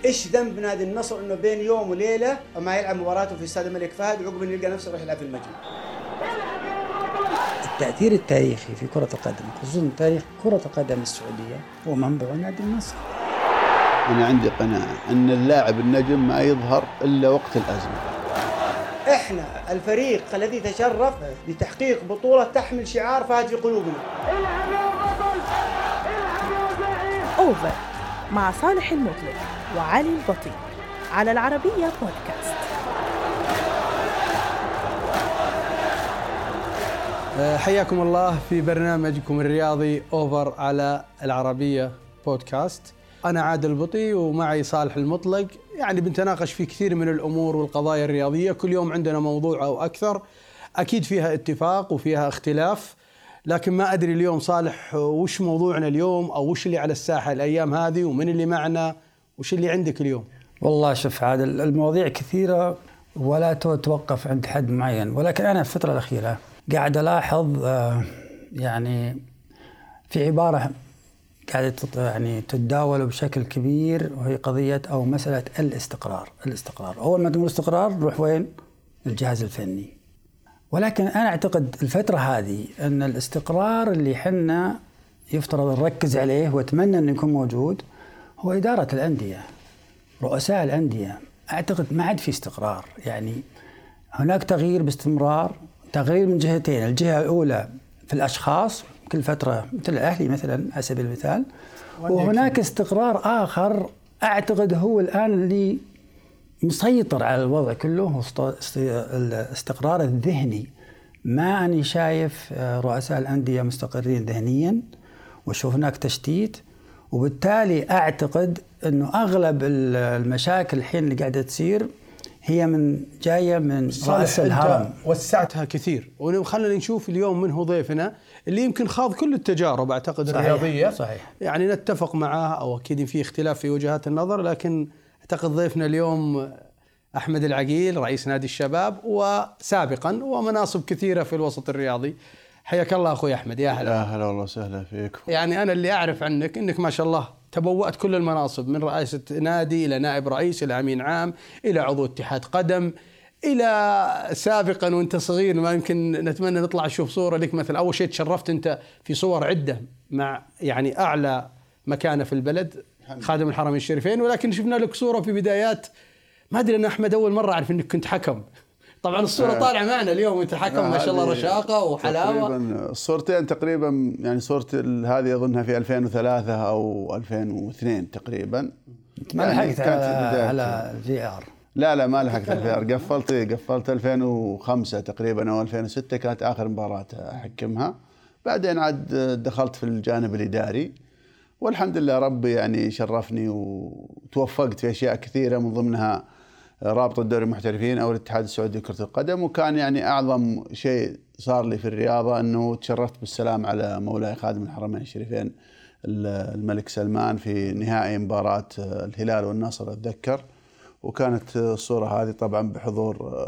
ايش ذنب نادي النصر انه بين يوم وليله ما يلعب مباراته في استاد الملك فهد وعقب يلقى نفسه يروح يلعب في المجمع؟ التأثير التاريخي في كرة القدم خصوصا تاريخ كرة القدم السعودية هو منبع نادي النصر. أنا عندي قناعة أن اللاعب النجم ما يظهر إلا وقت الأزمة. إحنا الفريق الذي تشرف بتحقيق بطولة تحمل شعار فهد في قلوبنا. أوفر مع صالح المطلق وعلي البطيء على العربية بودكاست. حياكم الله في برنامجكم الرياضي أوفر على العربية بودكاست. أنا عادل البطيء ومعي صالح المطلق. يعني بنتناقش في كثير من الأمور والقضايا الرياضية، كل يوم عندنا موضوع أو أكثر، أكيد فيها اتفاق وفيها اختلاف، لكن ما أدري اليوم صالح وش موضوعنا اليوم أو وش اللي على الساحة الأيام هذه ومن اللي معنا، وش اللي عندك اليوم؟ والله شوف عادل، المواضيع كثيرة ولا توقف عند حد معين، ولكن أنا في الفترة الأخيرة قاعد ألاحظ يعني في عبارة قاعدة يعني تتداول بشكل كبير، وهي قضية أو مسألة الاستقرار. أول ما تقول استقرار نروح وين؟ الجهاز الفني. ولكن أنا أعتقد الفترة هذه أن الاستقرار اللي حنا يفترض نركز عليه وأتمنى أن يكون موجود هو إدارة الأندية، رؤساء الأندية. أعتقد ما عاد في استقرار، يعني هناك تغيير باستمرار، تغيير من جهتين. الجهة الأولى في الأشخاص كل فترة مثل الأهلي مثلا على سبيل المثال، وهناك استقرار آخر أعتقد هو الآن اللي مسيطر على الوضع كله، هو الاستقرار الذهني. ما أني شايف رؤساء الأندية مستقرين ذهنيا، وشوف هناك تشتيت، وبالتالي أعتقد أنه أغلب المشاكل الحين اللي قاعدة تصير هي جاية من رأس الهرم. وسعتها كثير، وخلنا نشوف اليوم من هو ضيفنا اللي يمكن خاض كل التجارب أعتقد الرياضية. صحيح. يعني نتفق معه أو أكيد في اختلاف في وجهات النظر، لكن أعتقد ضيفنا اليوم أحمد العقيل، رئيس نادي الشباب وسابقا ومناصب كثيرة في الوسط الرياضي. حياك الله أخوي أحمد. يا هلا والله وسهلا فيكم. يعني أنا اللي أعرف عنك إنك ما شاء الله تبوأت كل المناصب، من رئاسة نادي إلى نائب رئيس إلى أمين عام إلى عضو اتحاد قدم، إلى سابقا وأنت صغير ما يمكن نتمنى نطلع نشوف صورة لك. مثل أول شيء تشرفت أنت في صور عدة مع يعني أعلى مكانة في البلد خادم الحرمين الشريفين، ولكن شفنا لك صورة في بدايات، ما أدري أن أحمد أول مرة أعرف أنك كنت حكم. طبعا الصورة طالعة معنا اليوم أنت حكم ما شاء الله، رشاقة وحلاوة. تقريبا الصورتين تقريبا، يعني صورة هذه أظنها في 2003 أو 2002 تقريبا. ما لحقت على VR؟ لا ما لحقت على VR. قفلت 2005 تقريبا أو 2006 كانت آخر مباراة أحكمها. بعدين عاد دخلت في الجانب الإداري، والحمد لله ربي يعني شرفني وتوفقت في أشياء كثيرة، من ضمنها رابطة الدوري المحترفين أو الاتحاد السعودي لكرة القدم. وكان يعني أعظم شيء صار لي في الرياضة أنه تشرفت بالسلام على مولاي خادم الحرمين الشريفين الملك سلمان في نهائي مباراة الهلال والنصر أتذكر، وكانت الصورة هذه طبعا بحضور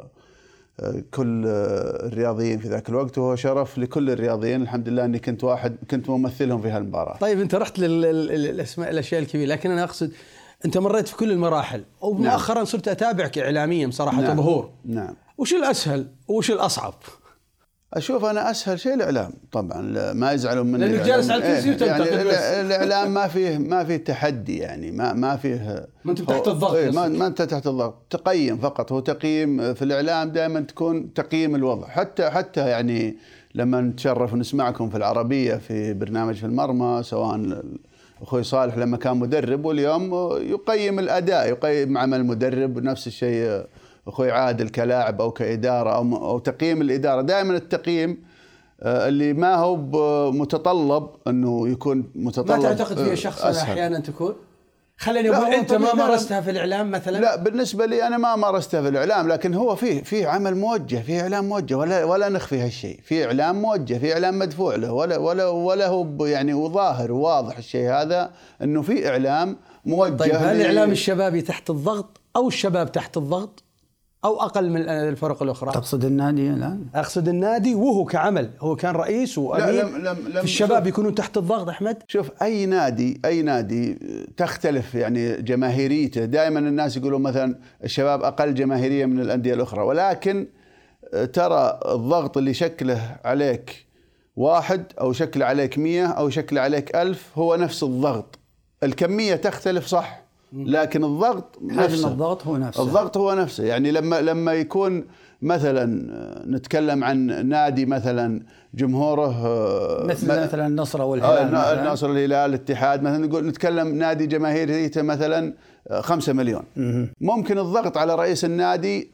كل الرياضيين في ذاك الوقت، وهو شرف لكل الرياضيين. الحمد لله أني كنت ممثلهم في هالمباراة. طيب أنت رحت الأشياء الكبيرة، لكن أنا أقصد أنت مريت في كل المراحل، ومؤخرا نعم. صرت أتابعك إعلاميا بصراحة. نعم. ظهور. نعم. وش الأسهل وش الأصعب؟ أشوف أنا أسهل شيء الإعلام طبعا، ما يزعلون مني لأنك جالس على الكرسي يعني الإعلام ما فيه تحدي، يعني ما فيه، ما أنت تحت الضغط. ما أنت تحت الضغط، تقيم فقط. هو تقييم في الإعلام دائما تكون تقييم الوضع. حتى يعني لما نتشرف ونسمعكم في العربية في برنامج في المرمى، سواء أخوي صالح لما كان مدرب واليوم يقيم الأداء، يقيم عمل المدرب، ونفس الشيء أخوي عادل كلاعب أو كإدارة أو تقييم الإدارة. دائما التقييم اللي ما هو متطلب أنه يكون متطلب. ما تعتقد فيه شخص أحيانا تكون؟ خليني أقول أنت ما مارستها في الإعلام مثلا؟ لا بالنسبة لي أنا ما مارستها في الإعلام، لكن هو فيه عمل موجه، فيه إعلام موجه، ولا نخفي هالشيء. فيه إعلام موجه، فيه إعلام مدفوع له، ولا هو يعني وظاهر وواضح الشيء هذا أنه فيه إعلام موجه. طيب هل الإعلام الشبابي تحت الضغط أو الشباب تحت الضغط أو أقل من الفرق الأخرى؟ تقصد النادي الآن؟ أقصد النادي وهو كعمل، هو كان رئيس وأمين. في الشباب يكونون تحت الضغط أحمد؟ شوف، أي نادي تختلف يعني جماهيريته. دائما الناس يقولون مثلا الشباب أقل جماهيرية من الأندية الأخرى، ولكن ترى الضغط اللي شكله عليك 1 أو شكله عليك 100 أو شكله عليك 1000 هو نفس الضغط. الكمية تختلف صح، لكن الضغط نفسه. الضغط هو نفسه. يعني لما يكون مثلا نتكلم عن نادي مثلا جمهوره مثلا النصر والهلال، النصر والهلال الاتحاد مثلا، نقول نتكلم نادي جماهيريته مثلا 5 مليون، ممكن الضغط على رئيس النادي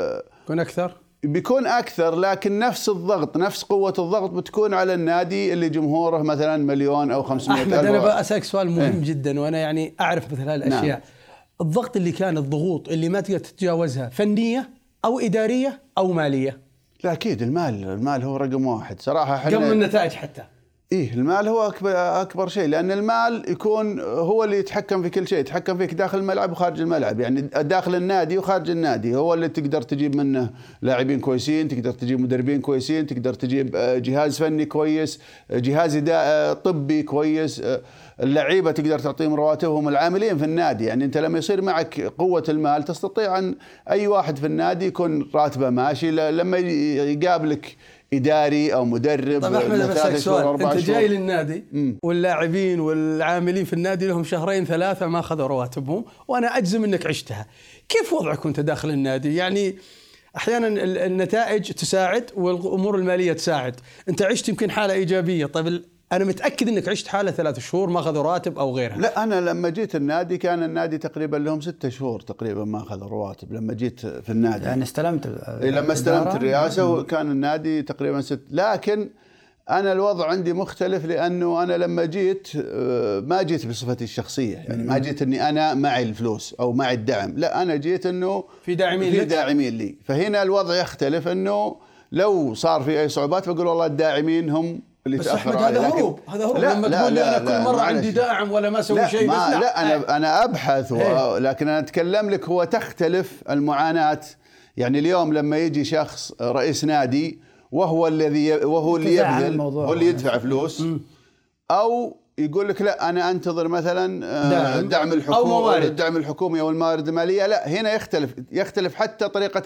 بيكون أكثر، لكن نفس الضغط، نفس قوة الضغط بتكون على النادي اللي جمهوره مثلا 1,000,000 أو 500,000. أحمد، أنا بأسألك سؤال مهم جدا، وأنا يعني أعرف مثل هالأشياء. نعم. الضغط اللي كان، الضغوط اللي ما تقدر تتجاوزها، فنية أو إدارية أو مالية؟ لا أكيد المال هو رقم 1 صراحة. قبل النتائج حتى. المال هو أكبر شيء، لأن المال يكون هو اللي يتحكم في كل شيء، يتحكم فيك داخل الملعب وخارج الملعب. يعني داخل النادي وخارج النادي هو اللي تقدر تجيب منه لاعبين كويسين، تقدر تجيب مدربين كويسين، تقدر تجيب جهاز فني كويس، جهاز طبي كويس، اللعيبة تقدر تعطيهم رواتبهم، العاملين في النادي. يعني أنت لما يصير معك قوة المال تستطيع أن أي واحد في النادي يكون راتبه ماشي. لما يقابلك إداري أو مدرب. طيب أحمد، بسألك سؤال، أنت جاي للنادي واللاعبين والعاملين في النادي لهم 2-3 ما أخذوا رواتبهم، وأنا أجزم أنك عشتها. كيف وضعك وأنت داخل النادي؟ يعني أحيانا النتائج تساعد والأمور المالية تساعد، أنت عشت يمكن حالة إيجابية. طيب أنا متأكد أنك عشت حالة 3 شهور ما أخذوا رواتب أو غيرها. لا، أنا لما جيت النادي كان النادي تقريبا لهم 6 شهور تقريبا ما أخذوا رواتب لما جيت في النادي. يعني لما استلمت الرئاسة كان النادي تقريبا 6. لكن أنا الوضع عندي مختلف، لأنه أنا لما جيت ما جيت بصفتي الشخصية، يعني ما جيت أني أنا معي الفلوس أو معي الدعم، لا أنا جيت أنه في داعمين لي. فهنا الوضع يختلف، أنه لو صار في أي صعوبات بقول والله الداعمين هم اللي تأخروا. هذا هروب لما تقول لي أنا كل مرة عندي داعم ولا ما أسوي شيء. لا أنا أبحث لكن أنا أتكلم لك هو تختلف المعاناة. يعني اليوم لما يجي شخص رئيس نادي وهو اللي يبذل، هو اللي يدفع فلوس، أو يقول لك لا أنا أنتظر مثلا دعم الحكومة، الدعم الحكومي أو الموارد المالية. لا، هنا يختلف حتى طريقة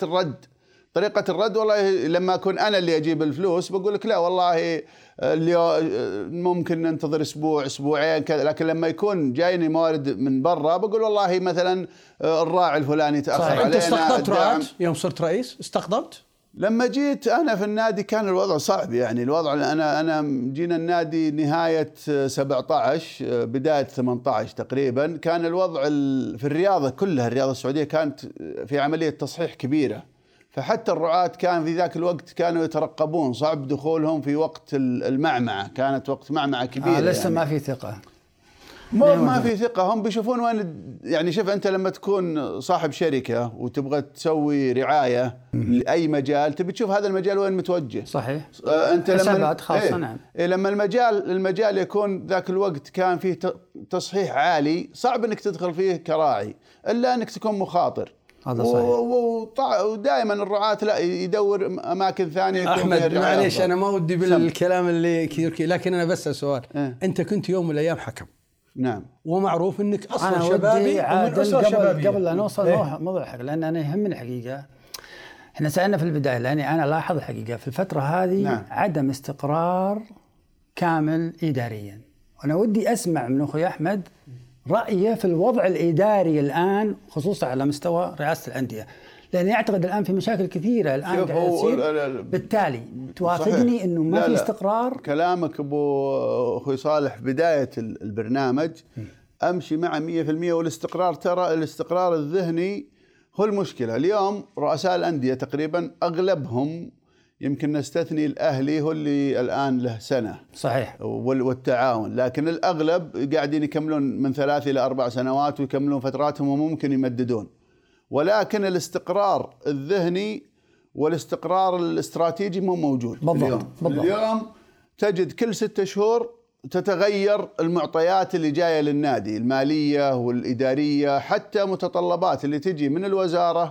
الرد. والله لما أكون أنا اللي أجيب الفلوس بقول لك لا والله اليوم ممكن ننتظر أسبوع 2 كذا. لكن لما يكون جايني موارد من برا بقول والله مثلا الراعي الفلاني تأخر علينا. أنت استقطبت رعاة يوم صرت رئيس؟ استقطبت؟ لما جيت أنا في النادي كان الوضع صعب. يعني الوضع أنا جينا النادي نهاية 17 بداية 18 تقريبا. كان الوضع في الرياضة كلها، الرياضة السعودية كانت في عملية تصحيح كبيرة. فحتى الرعاة كان في ذاك الوقت كانوا يترقبون، صعب دخولهم في وقت المعمعة، كانت وقت معمعة كبيرة. لسه يعني ما في ثقة، ما في ثقة. هم بيشوفون وين. يعني شوف أنت لما تكون صاحب شركة وتبغى تسوي رعاية لأي مجال، تبي تشوف هذا المجال وين متوجه. صحيح. أنت لما خاصة نعم. لما المجال يكون ذاك الوقت كان فيه تصحيح عالي، صعب أنك تدخل فيه كراعي إلا أنك تكون مخاطر. هذا صحيح. ودائما الرعاة لا يدور أماكن ثانية. أحمد معليش أنا ما ودي بالكلام اللي كثير، لكن أنا بس سؤال. أنت كنت يوم من الأيام حكم. نعم. ومعروف انك اصلا أنا شبابي ومن اسره شبابيه. قبل لا نوصل موضوع الحق، لان انا يهمني الحقيقه. احنا سالنا في البدايه، لاني انا لاحظ الحقيقه في الفتره هذه نعم. عدم استقرار كامل اداريا. وانا ودي اسمع من اخوي احمد رايه في الوضع الاداري الان، خصوصا على مستوى رئاسه الانديه، لأني أعتقد الآن في مشاكل كثيرة الآن قاعدة تصير. بالتالي توافقني إنه ما في استقرار. كلامك أخوي صالح بداية البرنامج أمشي مع 100%. والاستقرار، ترى الاستقرار الذهني هو المشكلة. اليوم رؤساء الأندية تقريبا أغلبهم، يمكن نستثني الأهلي هو اللي الآن له سنة صحيح والتعاون، لكن الأغلب قاعدين يكملون من 3 إلى 4 سنوات ويكملون فتراتهم وممكن يمددون. ولكن الاستقرار الذهني والاستقرار الاستراتيجي مو موجود. بالضبط. اليوم تجد كل 6 شهور تتغير المعطيات اللي جاية للنادي، المالية والإدارية، حتى متطلبات اللي تجي من الوزارة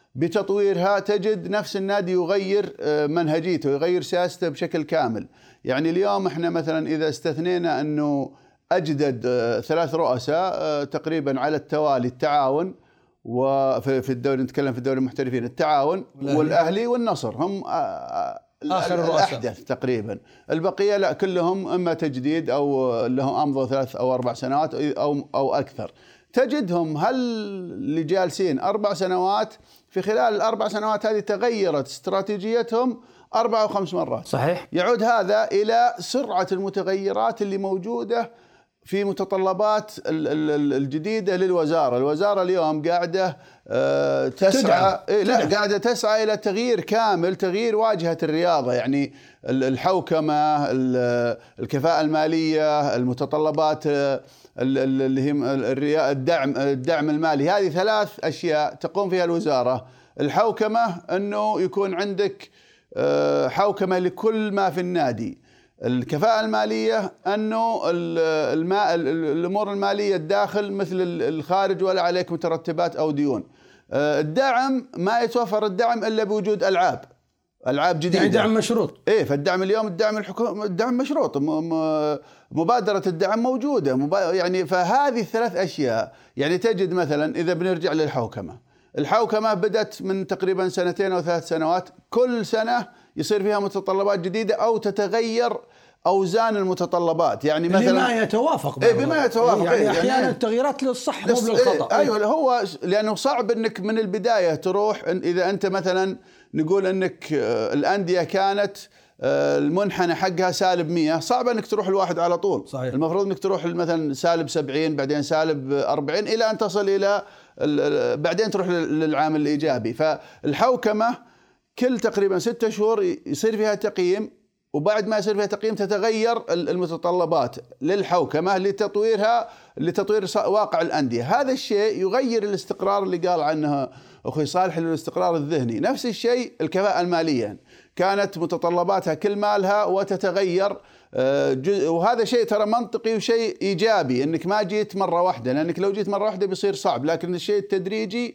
بتطويرها تجد نفس النادي يغير منهجيته، يغير سياسته بشكل كامل. يعني اليوم احنا مثلا إذا استثنينا أنه أجدد 3 رؤساء تقريبا على التوالي، التعاون وفي الدوري، نتكلم في الدوري المحترفين، التعاون والأهلي والنصر هم آخر الأحدث تقريبا. البقية لا، كلهم إما تجديد أو لهم أمضوا 3 أو 4 سنوات أو أكثر. تجدهم هل اللي جالسين 4 سنوات، في خلال ال4 سنوات هذه تغيرت استراتيجيتهم 4 أو 5 مرات. صحيح. يعود هذا إلى سرعة المتغيرات اللي موجودة في متطلبات الجديدة للوزارة. الوزارة اليوم قاعدة تسعى قاعدة تسعى إلى تغيير كامل، تغيير واجهة الرياضة. يعني الحوكمة، الكفاءة المالية، المتطلبات اللي هي الدعم المالي، هذه 3 أشياء تقوم فيها الوزارة. الحوكمة أنه يكون عندك حوكمة لكل ما في النادي. الكفاءة المالية أنه الأمور المالية الداخل مثل الخارج ولا عليك مترتبات أو ديون. الدعم ما يتوفر الدعم إلا بوجود ألعاب جديدة، يعني دعم مشروط. فالدعم اليوم الدعم مشروط، مبادرة الدعم موجودة يعني. فهذه 3 أشياء. يعني تجد مثلا إذا بنرجع للحوكمة، الحوكمة بدأت من تقريبا 2 أو 3 سنوات، كل سنة يصير فيها متطلبات جديدة أو تتغير أوزان المتطلبات. يعني مثلا بما يتوافق بما يتوافق يعني أحيانا التغييرات للصح مو للخطأ. أيوة، هو لأنه صعب أنك من البداية تروح. إذا أنت مثلا نقول أنك الأندية كانت المنحنى حقها -100، صعب أنك تروح الواحد على طول. صحيح. المفروض أنك تروح مثلا -70، بعدين -40، إلى أن تصل إلى بعدين تروح للعام الإيجابي. فالحوكمة كل تقريبا 6 شهور يصير فيها تقييم، وبعد ما يصير فيها تقييم تتغير المتطلبات للحوكمة لتطوير واقع الأندية. هذا الشيء يغير الاستقرار اللي قال عنه أخوي صالح، الاستقرار الذهني. نفس الشيء الكفاءة المالية، كانت متطلباتها كل مالها وتتغير، وهذا شيء ترى منطقي وشيء إيجابي، أنك ما جيت مرة واحدة، لأنك لو جيت مرة واحدة بيصير صعب. لكن الشيء التدريجي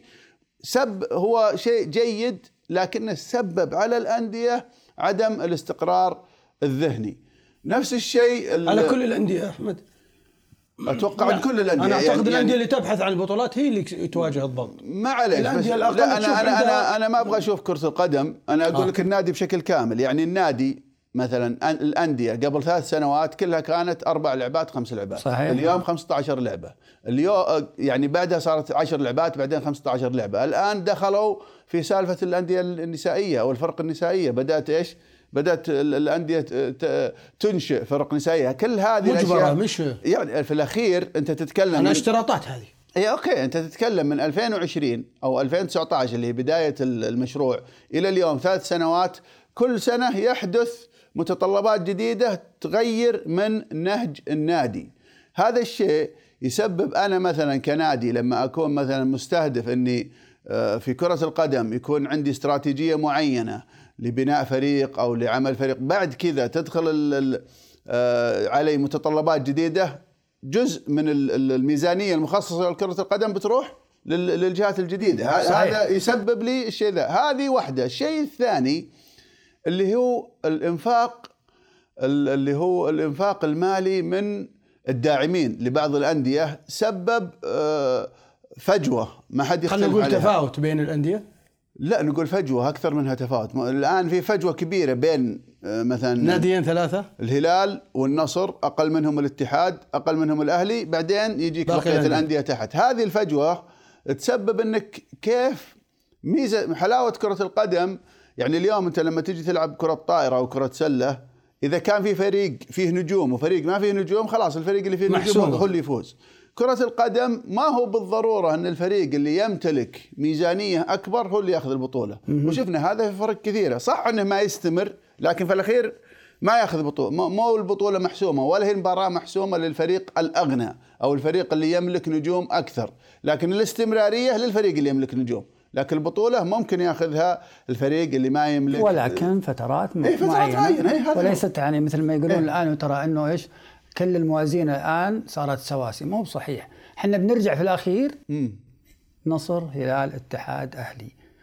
هو شيء جيد، لكنه سبب على الأندية عدم الاستقرار الذهني. نفس الشيء على كل الأندية أحمد، أتوقع عن كل الأندية. أنا أعتقد الأندية اللي تبحث عن البطولات هي اللي تواجه الضغط. ما عليك، الأندية الأقل لا أنا ما أبغى أشوف كرة القدم، أنا أقول لك النادي بشكل كامل. يعني النادي مثلا، الأندية قبل 3 سنوات كلها كانت 4 لعبات 5 لعبات. صحيح. اليوم 15 لعبة. اليوم يعني بعدها صارت 10 لعبات، بعدين 15 لعبة. الآن دخلوا في سالفة الأندية النسائية أو الفرق النسائية. بدأت الأندية تنشئ فرق نسائية. كل هذه الأشياء مش يعني في الأخير أنت تتكلم عن اشتراطات هذه. إيه أوكي، أنت تتكلم من 2020 أو 2019 اللي هي بداية المشروع إلى اليوم 3 سنوات، كل سنة يحدث متطلبات جديدة تغير من نهج النادي. هذا الشيء يسبب أنا مثلا كنادي لما أكون مثلا مستهدف أني في كرة القدم يكون عندي استراتيجية معينة لبناء فريق أو لعمل فريق، بعد كذا تدخل علي متطلبات جديدة، جزء من الميزانية المخصصة لكرة القدم بتروح للجهات الجديدة. هذا يسبب لي الشيء ذا. هذه واحدة. الشيء الثاني اللي هو الإنفاق المالي من الداعمين لبعض الأندية، سبب فجوة ما حد يختلف عليها. خلينا نقول تفاوت بين الأندية. لا، نقول فجوة أكثر منها تفاوت. الآن في فجوة كبيرة بين مثلا ناديين 3، الهلال والنصر، أقل منهم الاتحاد، أقل منهم الأهلي، بعدين يجيك بقية الأندية تحت. هذه الفجوة تسبب أنك كيف ميزة حلاوة كرة القدم. يعني اليوم أنت لما تيجي تلعب كرة طائرة أو كرة سلة، إذا كان في فريق فيه نجوم وفريق ما فيه نجوم، خلاص الفريق اللي فيه نجوم هو اللي يفوز. كرة القدم ما هو بالضرورة أن الفريق اللي يمتلك ميزانية أكبر هو اللي يأخذ البطولة. وشفنا هذا في فرق كثيرة. صح أنه ما يستمر، لكن في الأخير ما يأخذ بطولة. مو البطولة محسومة ولا هي المباراة محسومة للفريق الأغنى أو الفريق اللي يملك نجوم أكثر، لكن الاستمرارية للفريق اللي يملك نجوم. لكن البطولة ممكن ياخذها الفريق اللي ما يملك، ولكن فترات معينة. وليست يعني مثل ما يقولون الآن، وترى أنه إيش كل الموازين الآن صارت سواسي. مو بصحيح. حنا بنرجع في الأخير نصر، هلال، اتحاد، أهلي.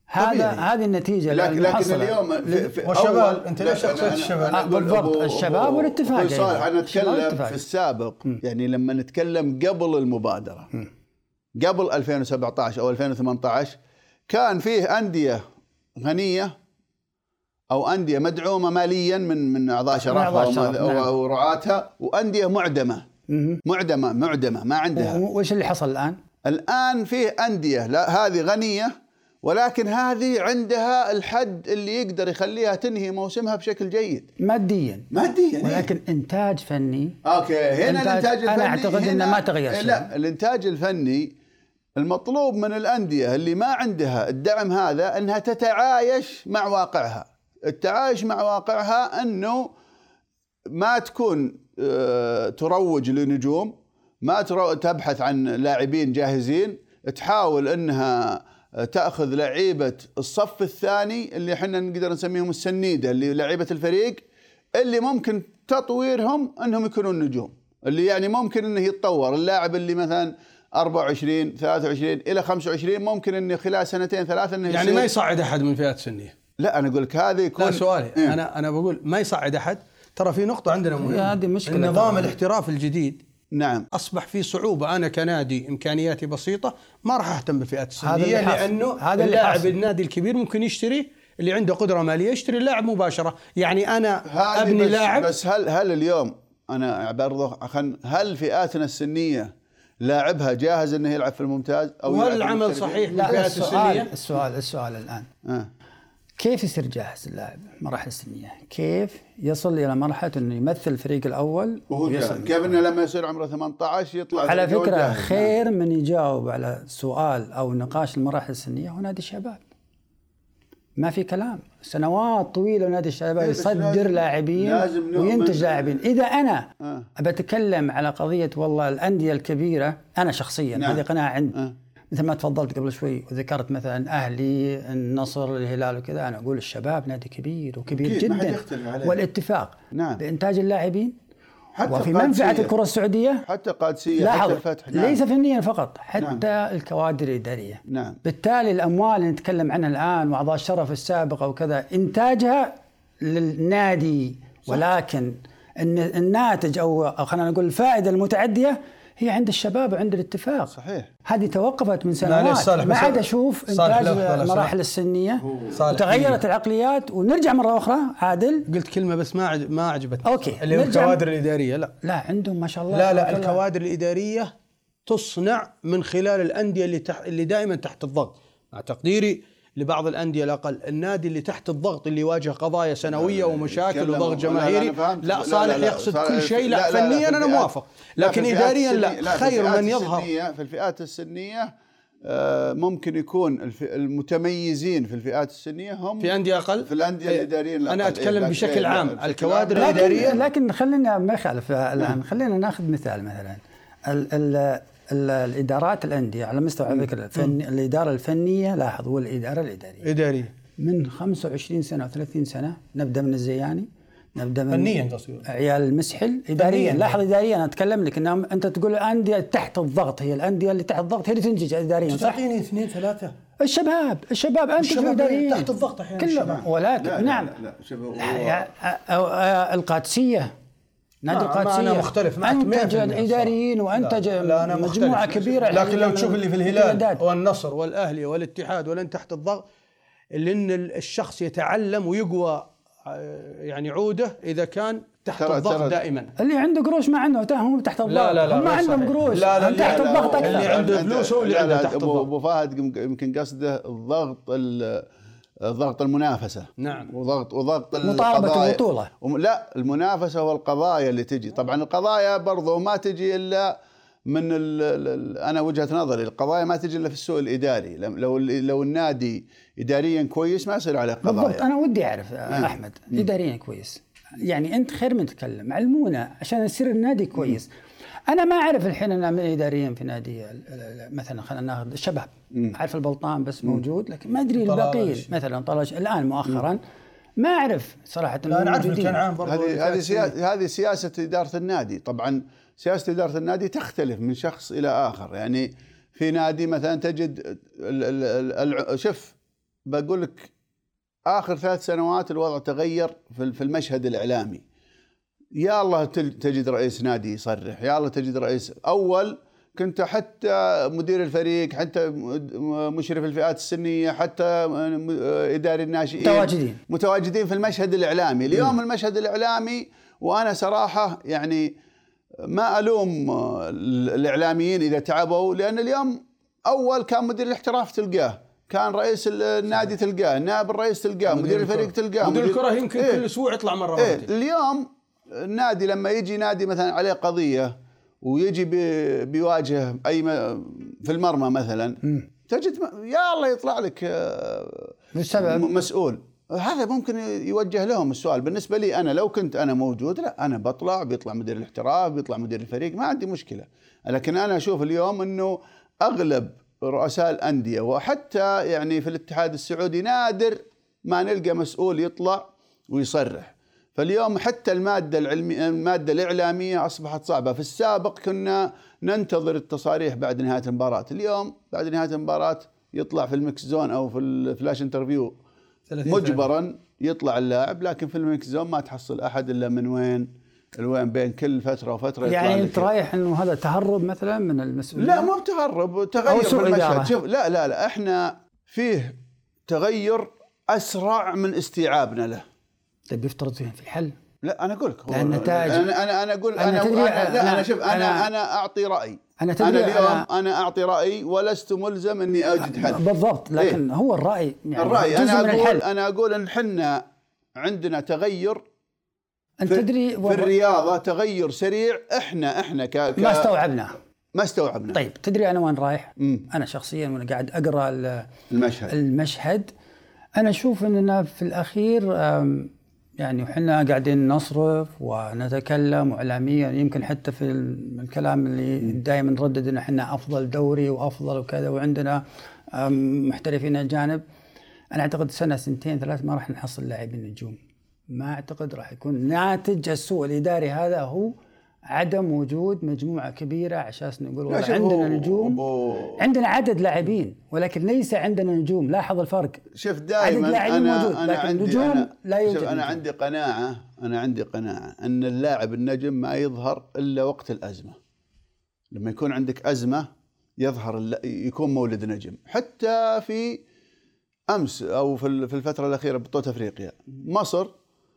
هذه النتيجه. لكن اليوم والشباب انت ليش اقصد الشباب؟ بالضبط الشباب والاتفاق. صالح انا اتكلم في السابق يعني لما نتكلم قبل المبادره قبل 2017 او 2018 كان فيه انديه غنيه او انديه مدعومه ماليا من اعضاء شرفها او رعاتها، وانديه معدمه ما عندها. وش اللي حصل الان؟ الان فيه انديه لا هذه غنيه ولكن هذه عندها الحد اللي يقدر يخليها تنهي موسمها بشكل جيد ماديا ولكن انتاج فني. اوكي هنا الانتاج الفني انا اعتقد انه ما تغير شيء. لا الانتاج الفني المطلوب من الانديه اللي ما عندها الدعم هذا انها تتعايش مع واقعها. التعايش مع واقعها انه ما تكون تروج لنجوم، ما تبحث عن لاعبين جاهزين، تحاول انها تأخذ لعيبة الصف الثاني اللي احنا نقدر نسميهم السنيدة، اللي لعيبة الفريق اللي ممكن تطويرهم انهم يكونون نجوم، اللي يعني ممكن انه يتطور. اللاعب اللي مثلا 24 23 الى 25 ممكن انه خلال سنتين ثلاثة انه يعني ما يصعد احد من فئات سنية. لا انا اقول لك هذا يكون لا سؤالي انا بقول ما يصعد احد. ترى في نقطة عندنا مهمة، هذه مشكلة. النظام الاحتراف الجديد نعم أصبح فيه صعوبة. أنا كنادي إمكانياتي بسيطة ما راح أهتم بالفئات السنية، لأنه اللاعب النادي الكبير ممكن يشتري اللي عنده قدرة مالية يشتري اللاعب مباشرة. يعني أنا أبني لاعب بس هل اليوم أنا برضه هل فئاتنا السنية لاعبها جاهز إنه يلعب في الممتاز أو وهل العمل صحيح بالفئات السنية؟ السؤال الآن كيف يصير جاهز اللاعب مراحل السنية؟ كيف يصل إلى مرحلة إنه يمثل الفريق الأول وهو كيف إنه لما يصير عمره 18 يطلع؟ على فكرة خير من يجاوب على سؤال أو نقاش المراحل السنية هو نادي الشباب. ما في كلام، سنوات طويلة نادي الشباب يصدر لاعبين وينتج لاعبين. إذا أنا بتكلم على قضية والله الأندية الكبيرة، أنا شخصيا هذه قناعة عندي مثل ما تفضلت قبل شوي وذكرت مثلا أهلي النصر الهلال وكذا، أنا أقول الشباب نادي كبير وكبير جدا، والاتفاق بإنتاج اللاعبين وفي منفعة الكرة السعودية حتى قادسية حتى الفتح ليس فنيا فقط حتى الكوادر الإدارية. بالتالي الأموال اللي نتكلم عنها الآن وأعضاء الشرف السابقة وكذا إنتاجها للنادي، ولكن الناتج أو خلينا نقول الفائدة المتعدية هي عند الشباب وعند الاتفاق. صحيح. هذه توقفت من سنوات، ما عاد أشوف إنتاج المراحل السنية وتغيرت العقليات. ونرجع مرة أخرى عادل، قلت كلمة بس ما عجبتني. أوكي. اللي هو الكوادر الإدارية. لا عندهم ما شاء الله. لا الكوادر الإدارية تصنع من خلال الأندية اللي دائما تحت الضغط. مع تقديري لبعض الأندية الأقل، النادي اللي تحت الضغط اللي يواجه قضايا سنوية ومشاكل وضغط جماهيري لا صالح يقصد كل شيء. لا فنيا أنا موافق، لكن إداريا لا. خير من يظهر في الفئات السنية. ممكن يكون المتميزين في الفئات السنية هم في أندية أقل، في الأندية الإدارية. أنا أتكلم بشكل عام الكوادر الإدارية. لكن خلينا ما يخالف الآن، خلينا ناخذ مثال مثلا الإدارات الأندية على مستوى ذكر الإدارة الفنية. لاحظ هو الإدارة الإدارية من 25 سنة أو 30 سنة نبدأ من الزياني، نبدأ من فنيا تصوير عيال المسحل إداريا. لاحظ إداريا أنا أتكلم لك إنهم أنت تقول الأندية تحت الضغط، هي الأندية اللي تحت الضغط هي اللي تنتج إداريا. تعطيني 2 3 الشباب أنتجوا إداريا تحت الضغط أحيانا كلهم. ولكن نعم القادسية نادي القادسية أنا مختلف معك أنتج إداريين وأنتج مجموعة كبيرة. لكن لو تشوف اللي في الهلال والنصر والأهلي والاتحاد ولن تحت الضغط، لأن الشخص يتعلم ويقوى يعني عوده إذا كان تحت الضغط دائما. اللي عنده قروش ما عنده هم تحت الضغط. لا هم عندهم قروش تحت الضغط أكثر. اللي عنده فلوس هو اللي عنده تحت الضغط. أبو فهد يمكن قصده ضغط المنافسة. نعم. وضغط مطالبة البطولة. لا المنافسة والقضايا اللي تجي. طبعا القضايا برضو ما تجي إلا من أنا وجهة نظري القضايا ما تجي إلا في السوق الإداري. لو النادي إداريا كويس ما يصير عليه قضايا. بالضبط. أنا ودي أعرف أحمد إداريا كويس، يعني أنت خير من تتكلم علمونا عشان يصير النادي كويس. أنا ما أعرف الحين أنا من إداريا في نادي مثلا خلينا ناخذ الشباب، أعرف البلطان بس موجود، لكن ما أدري الباقيين مثلا طلج الآن مؤخرا ما أعرف صراحة. أنا أعرف الكنعان برضو. هذه سياسة إدارة النادي. طبعا سياسة إدارة النادي تختلف من شخص إلى آخر. يعني في نادي مثلا تجد شوف بقول لك آخر 3 سنوات الوضع تغير في المشهد الإعلامي. يا الله تجد رئيس نادي يصرح، يا الله تجد رئيس. أول كنت حتى مدير الفريق، حتى مشرف الفئات السنية، حتى إداري الناشئين متواجدين في المشهد الإعلامي. اليوم المشهد الإعلامي، وأنا صراحة يعني ما ألوم الإعلاميين إذا تعبوا، لأن اليوم أول كان مدير الاحتراف تلقاه، كان رئيس النادي تلقاه، نائب الرئيس تلقاه، مدير الفريق تلقاه، مدير الكرة يمكن كل أسبوع يطلع مرة مرتين. اليوم النادي لما يجي نادي مثلا عليه قضية ويجي بيواجه أي في المرمى مثلا، تجد يا الله يطلع لك مسؤول. هذا ممكن يوجه لهم السؤال. بالنسبة لي أنا لو كنت أنا موجود، لا أنا بيطلع مدير الاحتراف، بيطلع مدير الفريق، ما عندي مشكلة. لكن أنا أشوف اليوم أنه أغلب رؤساء الأندية وحتى يعني في الاتحاد السعودي نادر ما نلقى مسؤول يطلع ويصرح. فاليوم حتى المادة الإعلامية أصبحت صعبة. في السابق كنا ننتظر التصاريح بعد نهاية المباراة، اليوم بعد نهاية المباراة يطلع في الميكس زون أو في الفلاش انترفيو مجبرا يطلع اللاعب، لكن في الميكس زون ما تحصل أحد إلا من وين بين كل فترة وفترة. يعني أنت رايح إنه هذا تهرب مثلا من المسؤولية؟ لا، مو تهرب، تغير في المشهد. شوف، لا إحنا فيه تغير أسرع من استيعابنا له. طيب يفترض فيه في الحل؟ لا أنا أقول لك النتائج. أنا أقول أنا أعطي رأي. أنا أعطي رأي ولست ملزم إني أوجد حل. بالضبط، لكن هو الرأي يعني الرأي. أنا أقول إن حنا عندنا تغير في الرياضة، تغير سريع. إحنا ما استوعبنا. طيب تدري أنا وين رايح؟ أنا شخصيا وأنا قاعد أقرأ المشهد أنا أشوف أننا في الأخير يعني وحنا قاعدين نصرف ونتكلم إعلاميا، يمكن حتى في الكلام اللي دائما نردد أن احنا أفضل دوري وأفضل وكذا وعندنا محترفين أجانب. أنا أعتقد سنة 2-3 ما راح نحصل لاعبين نجوم. ما أعتقد راح يكون ناتج السوء الإداري هذا هو عدم وجود مجموعة كبيرة عشان نقول عندنا نجوم، عندنا عدد لاعبين ولكن ليس عندنا نجوم. لاحظ الفرق. شوف دائما أنا عندي قناعة أن اللاعب النجم ما يظهر إلا وقت الأزمة. لما يكون عندك أزمة يظهر، يكون مولد نجم. حتى في أمس أو في الفترة الأخيرة بطولة أفريقيا مصر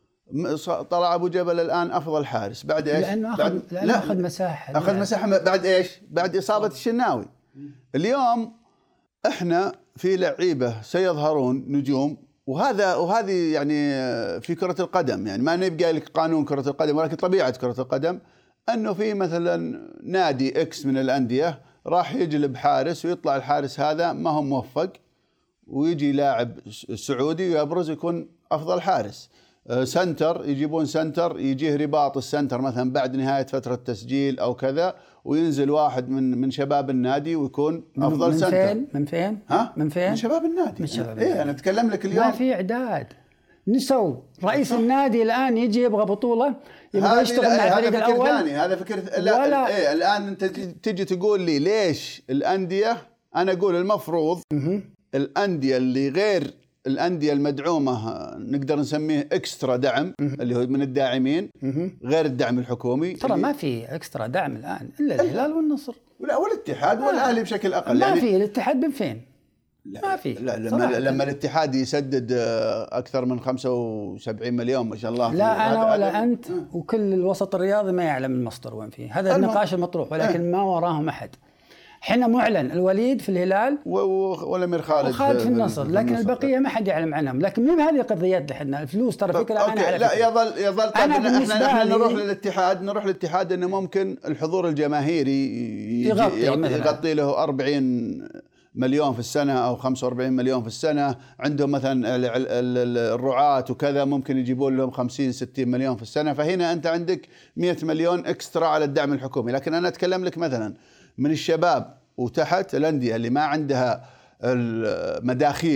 طلع أبو جبل الآن أفضل حارس بعد إيش؟ لأنه أخذ مساحة. أخذ مساحة بعد إيش؟ بعد إصابة الشناوي. اليوم إحنا في لعيبة سيظهرون نجوم، وهذه يعني في كرة القدم، يعني ما نبقى لك قانون كرة القدم، ولكن طبيعة كرة القدم أنه في مثلا نادي إكس من الأندية راح يجلب حارس ويطلع الحارس هذا ما هو موفق، ويجي لاعب سعودي ويبرز يكون أفضل حارس. سنتر، يجيبون سنتر يجيه رباط السنتر مثلا بعد نهاية فترة تسجيل أو كذا، وينزل واحد من شباب النادي ويكون أفضل سنتر. من فين؟ من شباب النادي. إيه أنا أتكلم لك اليوم. ما في إعداد. نسوا رئيس النادي الآن يجي يبغى بطولة، يبغى يشتغل مع الفريق الأول. هذا فكرة لا. الآن أنت تجي تقول لي ليش الأندية؟ أنا أقول المفروض الأندية اللي غير الأندية المدعومة نقدر نسميه إكسترا دعم، اللي هو من الداعمين غير الدعم الحكومي. ترى ما في إكسترا دعم الآن إلا الهلال والنصر والاتحاد والأهلي بشكل أقل. ما في الاتحاد من فين؟ ما في. لما الاتحاد يسدد أكثر من 75 مليون ما شاء الله. لا أنا ولا أنت وكل الوسط الرياضي ما يعلم المصدر وين فيه. هذا النقاش المطروح، ولكن ما وراهم أحد. حنا معلن الوليد في الهلال والأمير خالد في النصر، لكن البقية ما حد يعلم عنهم. لكن مو بهذه القضيات لحنا الفلوس ترى فكرة. أنا على لا يظل احنا نروح للاتحاد انه ممكن الحضور الجماهيري يغطي له 40 مليون في السنة أو 45 مليون في السنة. عندهم مثلا الرعاة وكذا ممكن يجيبون لهم 50-60 مليون في السنة. فهنا أنت عندك 100 مليون إكسترا على الدعم الحكومي. لكن أنا أتكلم لك مثلا من الشباب وتحت الأندية اللي ما عندها المداخيل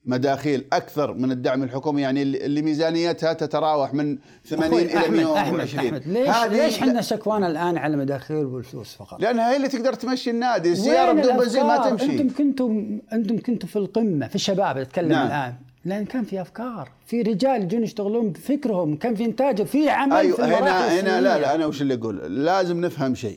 مداخيل أكثر من الدعم الحكومي، يعني اللي ميزانيتها تتراوح من 80 إلى 120. ليش احنا شكوانا الآن على المداخيل والفلوس فقط؟ لأنها هي اللي تقدر تمشي النادي. السيارة بدون بنزين ما تمشي. أنتم كنتوا في القمة، في الشباب أتكلم. نعم. الآن لأن كان في أفكار، في رجال يجون يشتغلون بفكرهم، كان في إنتاج وفي عمل. أيوة في هنا لا أنا وش اللي أقول، لازم نفهم شيء.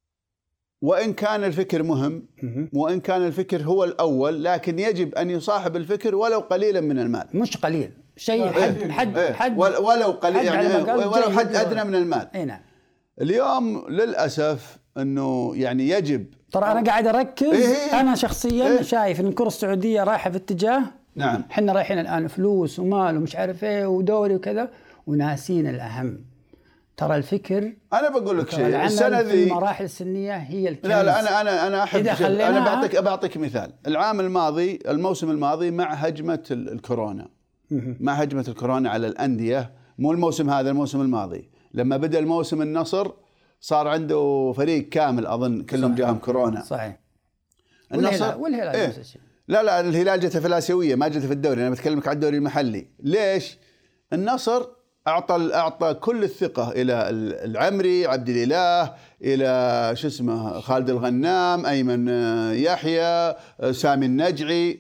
وإن كان الفكر مهم وإن كان الفكر هو الأول، لكن يجب أن يصاحب الفكر ولو قليلا من المال. مش قليل، شيء حد ولو قليل، يعني ولو حد أدنى من المال. نعم. اليوم للأسف أنه يعني يجب، ترى أنا قاعد أركز. أنا شخصيا شايف أن الكرة السعودية رايحة في اتجاه. نعم. حنا رايحين الآن فلوس ومال ومش عارف إيه ودوري وكذا، وناسين الأهم. ترى الفكر، أنا بقول لك شيء، السنة ذي المراحل السنية هي الكنز. لا أنا أحب أنا بعطيك مثال. العام الماضي، الموسم الماضي مع هجمة الكورونا، مع هجمة الكورونا على الأندية، مو الموسم هذا، الموسم الماضي لما بدأ الموسم النصر صار عنده فريق كامل أظن كلهم جاهم كورونا. صحيح. النصر والهلال نفس الشيء. لا الهلال جته في الآسيوية، ما جته في الدوري. أنا بتكلمك عن الدوري المحلي. ليش؟ النصر أعطى كل الثقة إلى العمري، عبد الإله، إلى شو اسمه خالد الغنام، أيمن يحيى، سامي النجعي.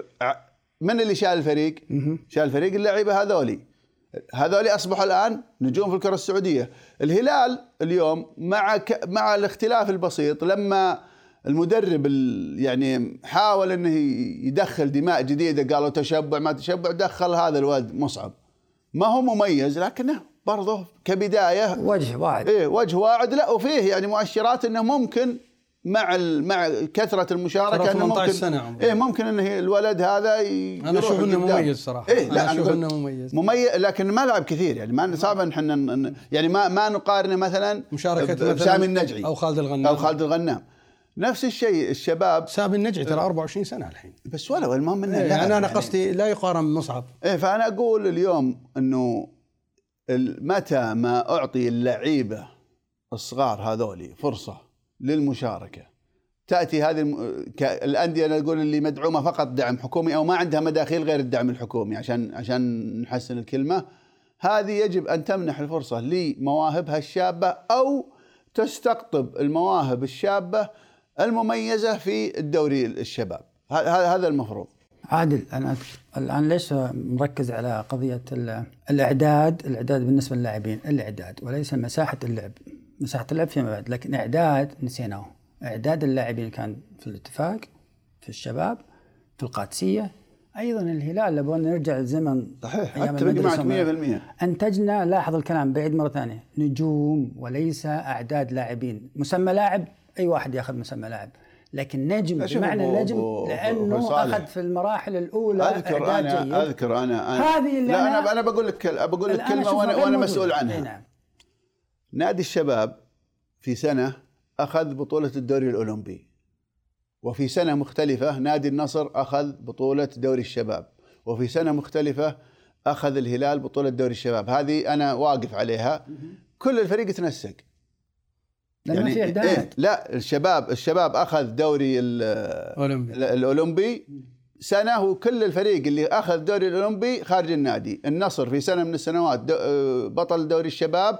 من اللي شال الفريق؟ شال الفريق اللاعبين هذولي أصبحوا الآن نجوم في الكرة السعودية. الهلال اليوم مع الاختلاف البسيط، لما المدرب يعني حاول انه يدخل دماء جديدة، قالوا تشبع ما تشبع، دخل هذا الواد مصعب، ما هو مميز لكنه برضه كبداية وجه واعد. وجه واعد. لا وفيه يعني مؤشرات انه ممكن مع كثرة المشاركة انه ممكن انه الولد هذا انا اشوف انه مميز صراحة. انا اشوف انه مميز لكن ما لعب كثير، يعني ما صعب ان احنا يعني ما نقارنه مثلا مشاركة سامي النجعي او خالد الغنام. نفس الشيء الشباب. سامي النجعي ترى 24 سنة الحين بس، ولا المهم انه يعني انا قصدي لا يقارن بمصعب. فانا اقول اليوم انه متى ما اعطي اللعيبه الصغار هذولي فرصه للمشاركه، تاتي هذه الانديه انا اقول اللي مدعومه فقط دعم حكومي او ما عندها مداخيل غير الدعم الحكومي، عشان نحسن الكلمه هذه، يجب ان تمنح الفرصه لمواهبها الشابه او تستقطب المواهب الشابة المميزة في الدوري الشباب. هذا المفروض. عادل، أنا الآن ليش مركز على قضية الإعداد بالنسبة للاعبين، الإعداد وليس مساحة اللعب. مساحة اللعب فيما بعد، لكن إعداد نسيناه. إعداد اللاعبين كان في الاتفاق، في الشباب، في القادسية، أيضا الهلال. لو نرجع الزمن صحيح، أتفق معك 100%. أنتجنا، لاحظ الكلام بعيد مرة ثانية، نجوم وليس أعداد لاعبين. مسمى لاعب أي واحد يأخذ مسمى لاعب، لكن نجم بمعنى النجم لأنه أخذ في المراحل الأولى أذكر أنا هذه اللي أنا بقول لك كلمة وأنا مسؤول عنها. نعم. نادي الشباب في سنة أخذ بطولة الدوري الأولمبي، وفي سنة مختلفة نادي النصر أخذ بطولة دوري الشباب، وفي سنة مختلفة أخذ الهلال بطولة دوري الشباب. هذه أنا واقف عليها. كل الفريق تنسق يعني في إعداد. لا الشباب أخذ دوري الأولمبي سنة، وكل الفريق اللي أخذ دوري الأولمبي خارج النادي. النصر في سنة من السنوات بطل دوري الشباب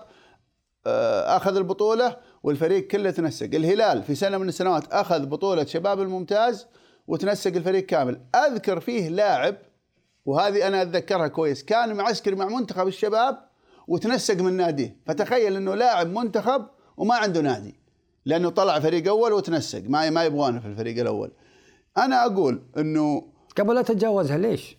أخذ البطولة والفريق كله تنسق. الهلال في سنة من السنوات أخذ بطولة شباب الممتاز وتنسق الفريق كامل. أذكر فيه لاعب، وهذه أنا أتذكرها كويس، كان معسكر مع منتخب الشباب وتنسق من ناديه. فتخيل أنه لاعب منتخب وما عنده نادي، لأنه طلع فريق أول وتنسق، ما يبغانه في الفريق الأول. أنا أقول أنه قبل لا تتجاوزها ليش؟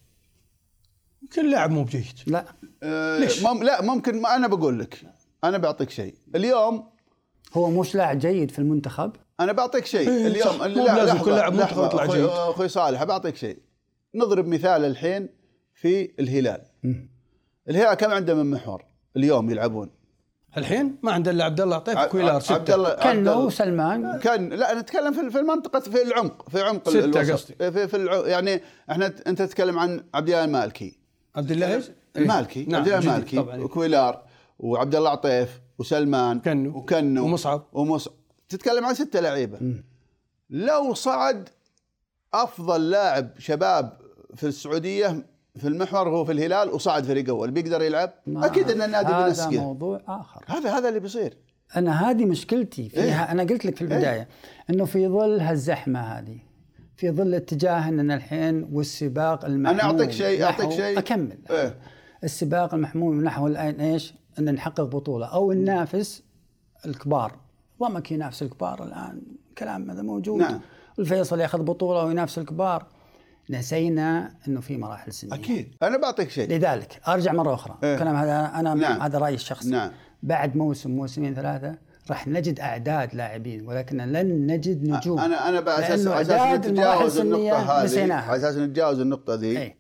كل لاعب مو بجيد. لا ليش؟ لا ممكن. أنا بقول لك، أنا بعطيك شيء اليوم، هو مش لاعب جيد في المنتخب. أنا بعطيك شيء اليوم، لازم كل لاعب منتخب يطلع جيد. أخوي صالح بعطيك شيء. نضرب مثال الحين في الهلال. الهلال كم عنده من محور اليوم يلعبون؟ الحين ما عنده الا عبد الله عطيف وكويلار 6. كانوا سلمان لا نتكلم في المنطقة، في العمق 6 قصدي يعني انت تتكلم عن عبد الله المالكي، عبد الله المالكي، نعم. عبد الله المالكي وكويلار وعبد الله عطيف وسلمان وكنو ومصعب. تتكلم عن 6 لعيبة. لو صعد أفضل لاعب شباب في السعوديه في المحور هو في الهلال وصعد فريق اول بيقدر يلعب؟ اكيد ان النادي بينسقه. هذا موضوع اخر. هذا اللي بيصير. انا هذه مشكلتي فيها. انا قلت لك في البدايه انه في ظل هالزحمه هذه، في ظل اتجاه اننا الحين والسباق المحموم، انا اعطيك شيء اكمل. السباق المحموم نحو الان ايش؟ ان نحقق بطوله او ننافس الكبار. ضمك ينافس الكبار الان، كلام هذا موجود. نعم. الفيصل ياخذ بطوله وينافس الكبار. نسينا انه في مراحل سنيه. اكيد. انا بعطيك شيء. لذلك ارجع مره اخرى. الكلام هذا انا نعم. هذا رايي الشخصي. نعم. بعد موسمين 3 راح نجد اعداد لاعبين، ولكن لن نجد نجوم. انا باساس نتجاوز النقطه هذه، على اساس نتجاوز النقطه ذي.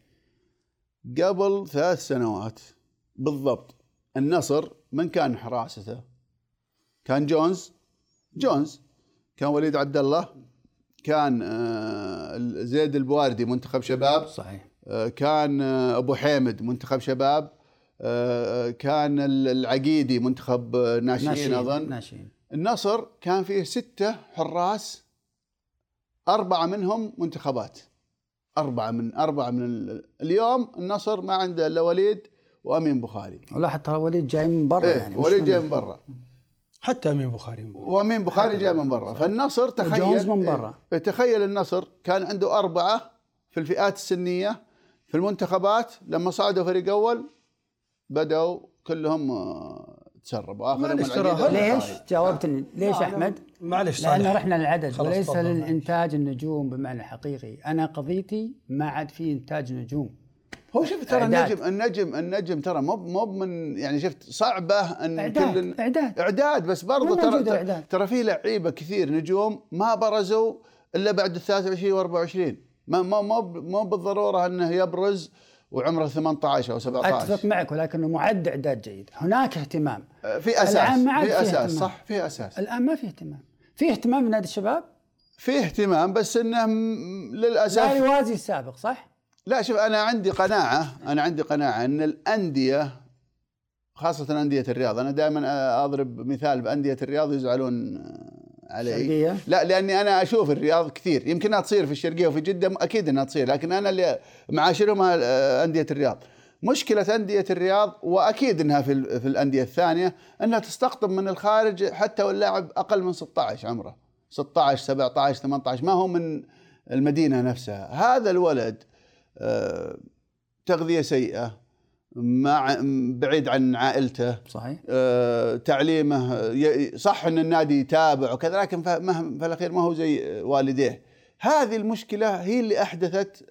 قبل 3 سنوات بالضبط النصر من كان حراسته؟ كان جونز، كان وليد عبد الله، كان زيد البواردي منتخب شباب، صحيح، كان ابو حامد منتخب شباب، كان العقيدي منتخب ناشئين أظن. النصر كان فيه 6 حراس، 4 منهم منتخبات. 4 من اليوم النصر ما عنده إلا وليد وأمين بخاري. ولا حتى وليد جاي من برا. يعني وليد جاي من برا، حتى أمين بخاري جاي من برا. فالنصر تخيل النصر كان عنده 4 في الفئات السنية في المنتخبات. لما صعدوا فريق أول بدأوا كلهم تسربوا. ليش؟ جاوبتني ليش أحمد؟ معلش لأن رحنا للعدد وليس للإنتاج النجوم بمعنى حقيقي. أنا قضيتي ما عاد في إنتاج نجوم. هو شفت ترى النجم ترى مو من يعني شفت صعبة أن إعداد بس برضو ترى في لعيبة كثير نجوم ما برزوا إلا بعد 23 و24. ما بالضرورة أنه يبرز وعمره 18 أو 17. أتفق معك، ولكنه معد إعداد جيد. هناك اهتمام في أساس صح، في أساس. الآن ما في اهتمام. في اهتمام من نادي الشباب، في اهتمام بس إنه للأسف لا يوازي السابق. صح؟ لا شوف، أنا عندي قناعة أن الأندية خاصة أندية الرياض، أنا دائما أضرب مثال بأندية الرياض يزعلون علي. لا لأني أنا أشوف الرياض كثير، يمكن أنها تصير في الشرقية وفي جدة أكيد أنها تصير، لكن أنا اللي معاشرهم أندية الرياض. مشكلة أندية الرياض وأكيد أنها في الأندية الثانية أنها تستقطب من الخارج حتى واللاعب أقل من 16 عمره، 16 17 18، ما هو من المدينة نفسها. هذا الولد تغذية سيئة، بعيد عن عائلته، صحيح. تعليمه صح ان النادي يتابع وكذا، لكن في الاخير ما هو زي والديه. هذه المشكله هي اللي احدثت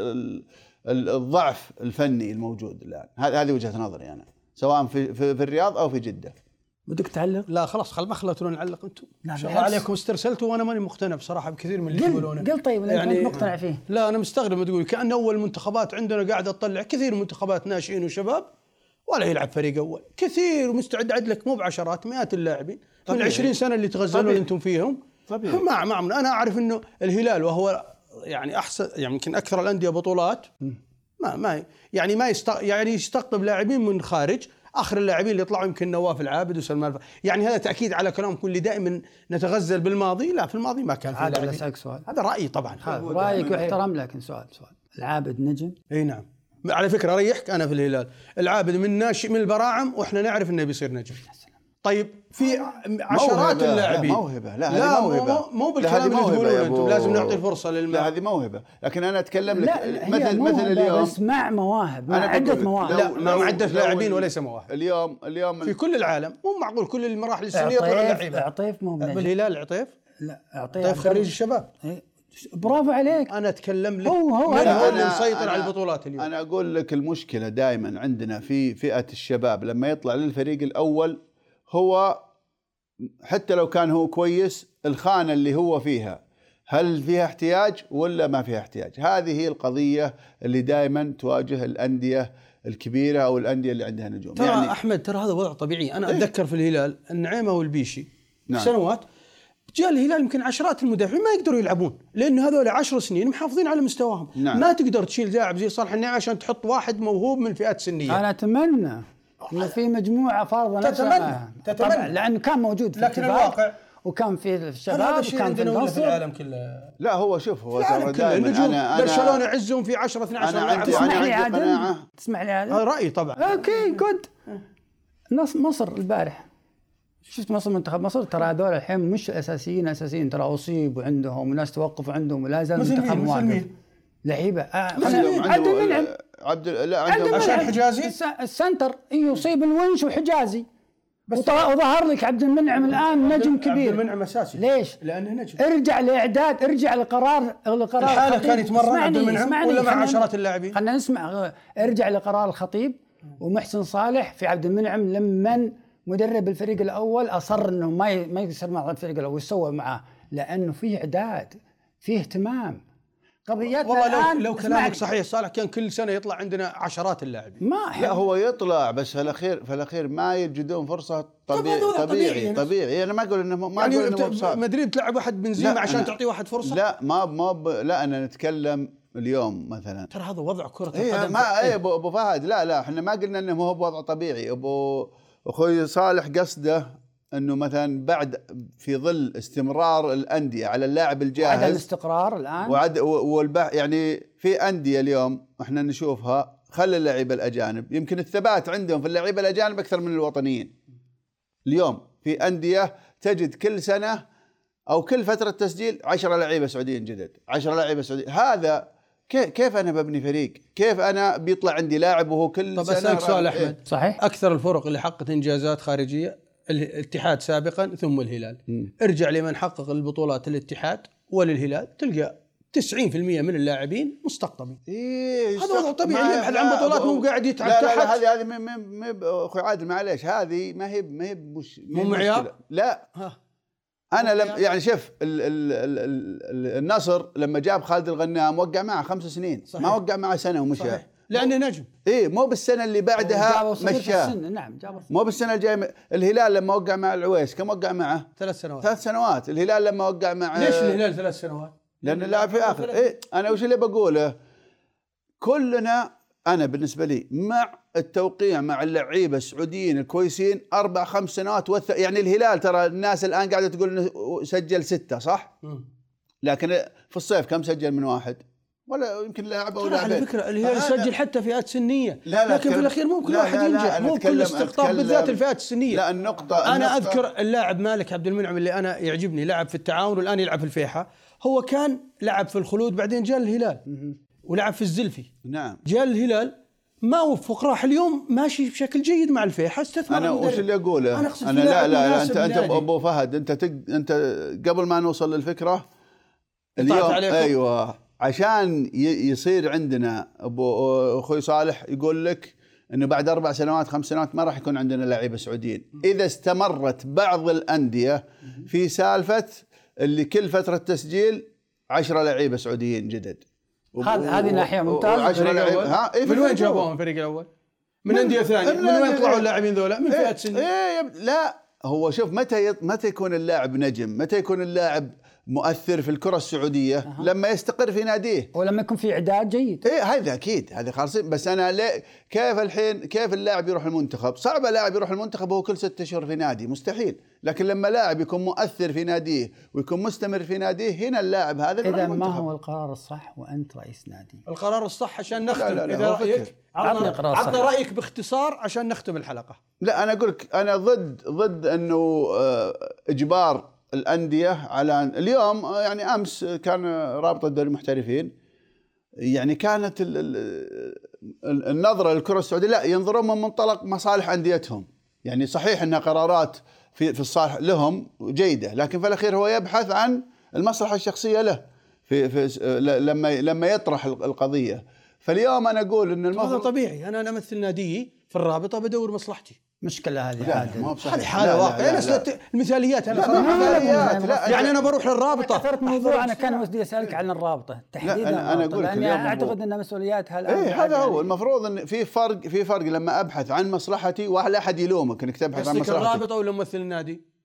الضعف الفني الموجود الان. هذه وجهه نظري انا، سواء في الرياض او في جده. بدك تعلق؟ لا خلاص ما خلتوا نعلق انتم. ما شاء الله عليكم استرسلتوا وانا ماني مقتنع بصراحه بكثير من اللي تقولونه. قل طيب يعني انت مقتنع فيه؟ لا انا مستغرب ما تقول كأن اول منتخبات عندنا قاعده تطلع كثير منتخبات ناشئين وشباب ولا يلعب فريق اول كثير، ومستعد اعد لك مو بعشرات مئات اللاعبين من 20 سنه اللي تغزلون انتم فيهم. طبيعي. انا اعرف انه الهلال وهو يعني احسن، يعني يمكن اكثر الانديه بطولات ما يستقطب لاعبين من خارج. اخر اللاعبين اللي يطلعوا يمكن نواف العابد وسلمان يعني هذا تاكيد على كلامكم اللي دائما نتغزل بالماضي. لا في الماضي ما كان في لاعبين. هذا رايي طبعا، رايك يحترم، لكن سؤال العابد نجم. اي نعم على فكره اريحك، انا في الهلال العابد من ناشئ من البراعم واحنا نعرف انه بيصير نجم. طيب في عشرات اللاعبين موهبه. لا موهبه مو بالكلام اللي تقولونه انتم، لازم نعطي الفرصه لا هذه موهبه، لكن انا اتكلم لك مثل اليوم بس مع مواهب، مع عده مواهب. لا مع عده لاعبين وليس مواهب. اليوم في كل العالم مو معقول كل المراحل السنيه يطلع لعيبه. عطيف مو بالهلال عطيف. لا عطيف خريج الشباب. برافو عليك. انا اتكلم لك هو اللي مسيطر على البطولات اليوم. انا اقول لك المشكله دائما عندنا في فئه الشباب لما يطلع للفريق الاول، هو حتى لو كان هو كويس الخانه اللي هو فيها هل فيها احتياج ولا ما فيها احتياج. هذه هي القضيه اللي دائما تواجه الانديه الكبيره او الانديه اللي عندها نجوم. ترى يعني احمد ترى هذا وضع طبيعي. انا اتذكر في الهلال النعيمه والبيشي نعم. سنوات جاء الهلال يمكن عشرات المدافعين ما يقدروا يلعبون لانه هذول 10 سنين محافظين على مستواهم. نعم. ما تقدر تشيل لاعب زي صالح النعيمه عشان تحط واحد موهوب من الفئات السنيه. انا اتمنى انه في مجموعه فرضا تتمنى طبعا لانه كان موجود في لكن الواقع وكان في هذا الشباب الشيء وكان في عندنا ولا في النصر. العالم كله؟ لا هو شوف هو العالم كله دائما النجوم برشلونه انا عزهم في 10 12 أنا لاعب. عندي تسمح لي عندي قناعة. عادل؟ تسمح لي عادل؟ هذا رايي طبعا. اوكي جود. مصر البارح شفت منتخب مصر، ترى هذول الحين مش الاساسيين ترى اصيبوا عندهم وناس توقفوا عندهم ولا زال المنتخب واقف. لعيبه عبد المنعم عشان حجازي السنتر يصيب الونش وحجازي، وظهر لك عبد المنعم الان نجم كبير. عبد المنعم اساسي ليش؟ لانه نجم. ارجع لاعداد، ارجع لقرار الحالة كان يتمرن عبد المنعم ولا مع عشرات اللاعبين؟ خلينا نسمع. ارجع لقرار الخطيب ومحسن صالح في عبد المنعم لما مدرب الفريق الاول اصر انه ما يصير مع الفريق الاول، سوى معاه لانه فيه اعداد، فيه اهتمام. قضيتنا والله الان لو كلامك صحيح صالح كان كل سنه يطلع عندنا عشرات اللاعبين. لا هو يطلع بس في الاخير ما يجدون فرصه. طبيعي انا ما اقول انه ما يعني اقول انه صعب. مدريد تلعب واحد بنزيما عشان تعطيه واحد فرصه. لا لا انا نتكلم اليوم مثلا، ترى هذا وضع كره القدم. ما ابو فهد لا احنا ما قلنا انه هو بوضع طبيعي. اخوي صالح قصده انه مثلا بعد في ظل استمرار الانديه على اللاعب الجاهز، عدم الاستقرار الان يعني في انديه اليوم احنا نشوفها خلي اللعيبه الاجانب، يمكن الثبات عندهم في اللعيبه الاجانب اكثر من الوطنيين. اليوم في انديه تجد كل سنه او كل فتره تسجيل 10 لعيبه سعوديين جدد، 10 لعيبه سعوديين. هذا كيف انا ببني فريق؟ كيف انا بيطلع عندي لاعب وهو كل سنه؟ طب اسالك سؤال احمد. صحيح. اكثر الفرق اللي حققت انجازات خارجيه الاتحاد سابقا ثم الهلال. ارجع لمن حقق البطولات الاتحاد وللهلال تلقى 90% من اللاعبين مستقطبين. هذا وضع طبيعي. يبحث عن بطولات مو قاعد يتعب تحت. لا هذه اخوي عادل معليش، هذه ما هي مو معيار. لا انا يعني شوف النصر لما جاب خالد الغنام وقع معه 5 سنين. صحيح. ما وقع معه سنه ومشى لانه نجم. مو بالسنه اللي بعدها مشاه. نعم مو بالسنه الجايه. الهلال لما وقع مع العويس كم وقع معه؟ 3 سنوات. الهلال لما وقع مع ليش الهلال 3 سنوات؟ لأن اللاعب في آخر. أنا وش اللي بقوله؟ كلنا أنا بالنسبة لي مع التوقيع مع اللعيبة السعوديين الكويسين 4-5 سنوات يعني الهلال ترى الناس الآن قاعدة تقول إنه سجل 6 صح؟ لكن في الصيف كم سجل من واحد؟ ولا يمكن لاعب أو لاعبين. على فكرة الهلال يسجل حتى فئات سنية. لا لكن في الأخير مو كل واحد ينجح، مو كل استقطاب بالذات الفئات السنية. لا أنا أذكر اللاعب مالك عبد المنعم اللي أنا يعجبني، لعب في التعاون والآن يلعب في الفيحة. هو كان لعب في الخلود بعدين جاء الهلال ولعب في الزلفي. نعم. جاء الهلال ما وفق، راح اليوم ماشي بشكل جيد مع الفيحة. استثمر. أنا وش اللي أقوله؟ أنا لا أنت أبو فهد أنت قبل ما نوصل للفكرة اليوم أيوة عشان يصير عندنا أخوي صالح يقول لك إنه بعد 4 سنوات 5 سنوات ما راح يكون عندنا لاعيبة سعوديين. إذا استمرت بعض الأندية في سالفة اللي كل فترة تسجيل 10 لعيبة سعوديين جدد. هذه ناحية ممتازة. 10 لعيبة. من وين جابوهم الفريق الأول؟ من أندية ثانية. من وين طلعوا اللاعبين ذولا؟ من فئات سنية. لا هو شوف متى يكون اللاعب نجم؟ متى يكون اللاعب مؤثر في الكرة السعودية؟ لما يستقر في ناديه ولما يكون في إعداد جيد. هذا أكيد، هذا خالصين. بس أنا كيف اللاعب يروح المنتخب؟ صعب اللاعب يروح المنتخب وهو كل 6 أشهر في نادي، مستحيل. لكن لما لاعب يكون مؤثر في ناديه ويكون مستمر في ناديه، هنا اللاعب هذا يروح إذا المنتخب. ما هو القرار الصح وأنت رئيس نادي؟ القرار الصح عشان نختم. لا إذا رأيك عطنا رأيك باختصار عشان نختم الحلقة. لا أنا أقولك أنا ضد أنه إجبار الأندية على اليوم. يعني أمس كان رابطة دوري المحترفين يعني كانت النظرة للكرة السعودية لا ينظرون من منطلق مصالح أنديتهم. يعني صحيح أنها قرارات في الصالح لهم جيدة، لكن في الأخير هو يبحث عن المصلحة الشخصية له لما يطرح القضية. فاليوم أنا أقول إن هذا طبيعي. أنا أمثل نادي في الرابطة بدور مصلحتي. مشكلة هذه هذه حالة واقع. المثاليات أنا يعني أنا بروح للرابطة. أثرت موضوع أنا كان ودي أسألك عن الرابطة تحديدا. أنا أقول لأني أعتقد أن مسؤولياتها الآن هذا هو المفروض. أن في فرق لما أبحث عن مصلحتي ولا أحد يلومك إنك تبحث عن مصلحتي. الرابطة ولا ممثل النادي؟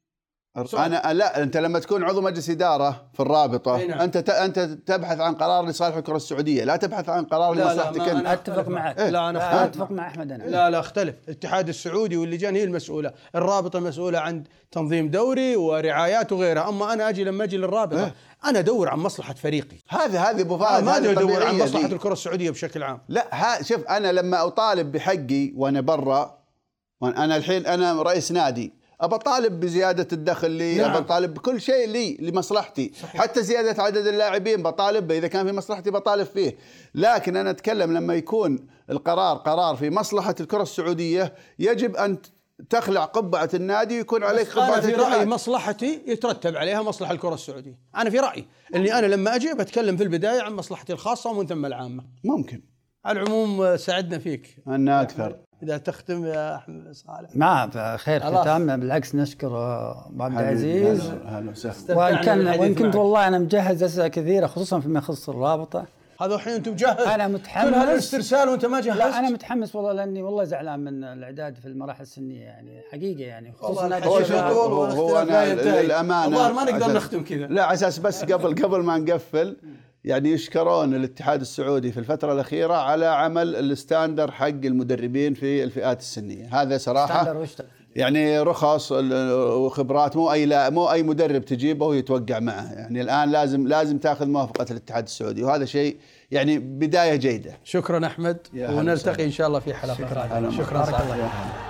انا لا، انت لما تكون عضو مجلس اداره في الرابطه نعم. انت تبحث عن قرار لصالح الكره السعوديه، لا تبحث عن قرار لمصلحتك انت. اتفق معك. لا انا اتفق مع احمد. انا لا اختلف. الاتحاد السعودي واللجان هي المسؤوله، الرابطه مسؤوله عن تنظيم دوري ورعايات وغيرها. اما انا لما اجي للرابطه انا ادور عن مصلحه فريقي. هذه ابو فهد، ما ادور عن مصلحه الكره السعوديه بشكل عام. لا شوف، انا لما اطالب بحقي وانا برا، وانا الحين انا رئيس نادي، ابى اطالب بزياده الدخل لي، نعم. ابى اطالب بكل شيء لي لمصلحتي. صحيح. حتى زياده عدد اللاعبين بطالب به، اذا كان في مصلحتي بطالب فيه. لكن انا اتكلم لما يكون القرار قرار في مصلحه الكره السعوديه، يجب ان تخلع قبعه النادي ويكون عليك قبعه انا في رايي مصلحتي يترتب عليها مصلحه الكره السعوديه. انا في رايي اني انا لما اجي بتكلم في البدايه عن مصلحتي الخاصه ومن ثم العامه. ممكن. على العموم سعدنا فيك. أنا أكثر. إذا تختم يا أحمد صالح. ما خير ختام. بالعكس نشكر أبو عبد العزيز. وإن كنت والله أنا مجهز أسئلة كثيرة خصوصا فيما يخص الرابطة. هذا الحين أنت مجهز؟ أنا متحمس. كل هالاسترسال وأنت ما جهزت؟ لا أنا متحمس والله، لأني والله زعلان من الإعداد في المراحل السنية يعني حقيقة يعني. خصوصا هو أنا للأمانة والله ما نقدر نختم كذا. لا على أساس بس قبل ما نقفل، يعني يشكرون الاتحاد السعودي في الفترة الأخيرة على عمل الستاندر حق المدربين في الفئات السنية. هذا صراحة يعني رخص وخبرات، مو أي مدرب تجيبه ويتوقع معه. يعني الآن لازم تأخذ موافقة الاتحاد السعودي، وهذا شيء يعني بداية جيدة. شكرا أحمد، ونلتقي إن شاء الله في حلقة. شكرا.